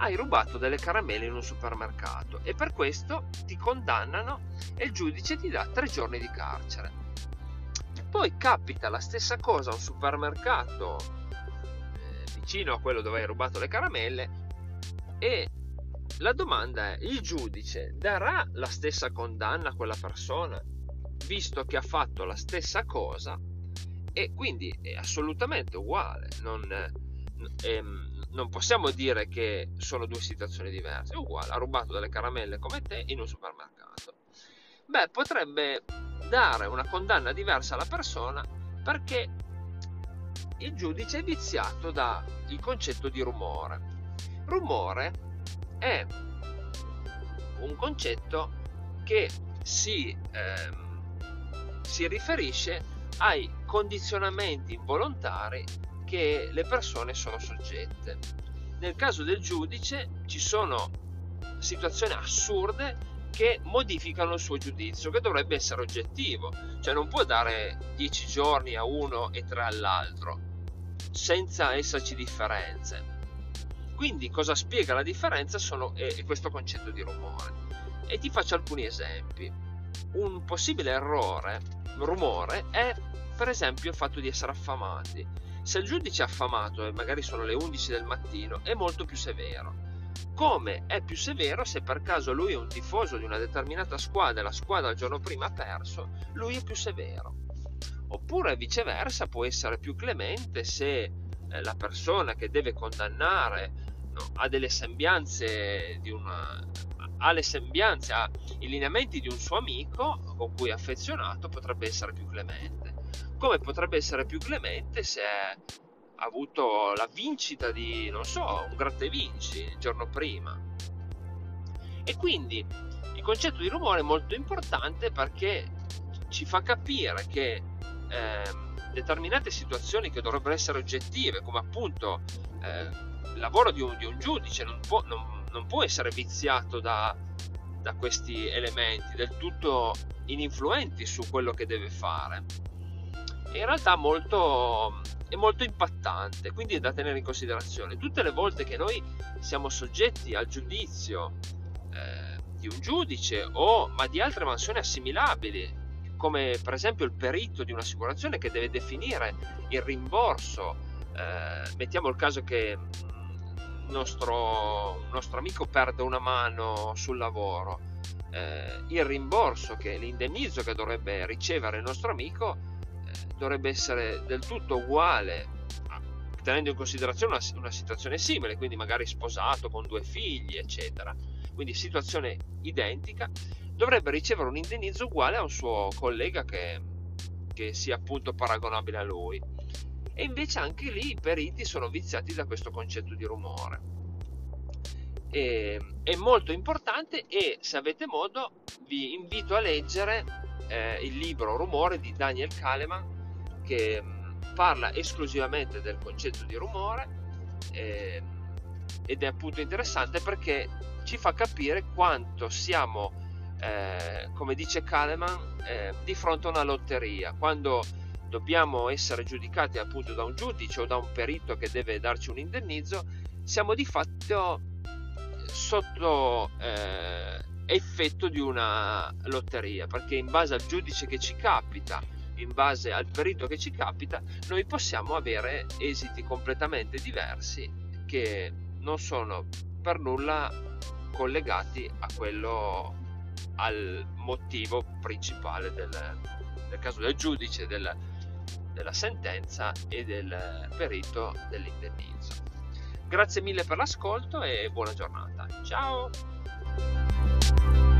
hai rubato delle caramelle in un supermercato e per questo ti condannano e il giudice ti dà 3 giorni di carcere. Poi capita la stessa cosa a un supermercato vicino a quello dove hai rubato le caramelle e la domanda è: il giudice darà la stessa condanna a quella persona visto che ha fatto la stessa cosa? E quindi è assolutamente uguale, non possiamo dire che sono due situazioni diverse, è uguale, ha rubato delle caramelle come te in un supermercato. Beh, potrebbe dare una condanna diversa alla persona perché il giudice è viziato dal concetto di rumore. Rumore è un concetto che si riferisce ai condizionamenti involontari che le persone sono soggette. Nel caso del giudice ci sono situazioni assurde che modificano il suo giudizio, che dovrebbe essere oggettivo, cioè non può dare 10 giorni a uno e 3 all'altro senza esserci differenze. Quindi cosa spiega la differenza è questo concetto di rumore. E ti faccio alcuni esempi. Un possibile rumore è per esempio il fatto di essere affamati. Se il giudice è affamato e magari sono le 11 del mattino è molto più severo. Come è più severo se per caso lui è un tifoso di una determinata squadra e la squadra il giorno prima ha perso, lui è più severo. Oppure viceversa può essere più clemente se la persona che deve condannare ha delle sembianze ha i lineamenti di un suo amico con cui è affezionato, potrebbe essere più clemente. Come potrebbe essere più clemente se ha avuto la vincita di, un gratta e vinci il giorno prima. E quindi il concetto di rumore è molto importante perché ci fa capire che determinate situazioni che dovrebbero essere oggettive, come appunto il lavoro di un giudice, non può essere viziato da questi elementi del tutto ininfluenti su quello che deve fare. E in realtà è molto impattante, quindi è da tenere in considerazione. Tutte le volte che noi siamo soggetti al giudizio di un giudice ma di altre mansioni assimilabili, come per esempio il perito di un'assicurazione che deve definire il rimborso, mettiamo il caso che un nostro amico perde una mano sul lavoro, il rimborso, che l'indennizzo che dovrebbe ricevere il nostro amico dovrebbe essere del tutto uguale, tenendo in considerazione una situazione simile, quindi magari sposato con 2 figli eccetera, quindi situazione identica, dovrebbe ricevere un indennizzo uguale a un suo collega che sia appunto paragonabile a lui. E invece anche lì i periti sono viziati da questo concetto di rumore. È molto importante, e se avete modo vi invito a leggere il libro Rumore di Daniel Kahneman, che parla esclusivamente del concetto di rumore ed è appunto interessante perché ci fa capire quanto siamo, come dice Kahneman, di fronte a una lotteria, quando dobbiamo essere giudicati appunto da un giudice o da un perito che deve darci un indennizzo, siamo di fatto sotto effetto di una lotteria, perché in base al giudice che ci capita, in base al perito che ci capita, noi possiamo avere esiti completamente diversi che non sono per nulla collegati al motivo principale del caso del giudice, della sentenza e del perito dell'indennizzo. Grazie mille per l'ascolto e buona giornata. Ciao!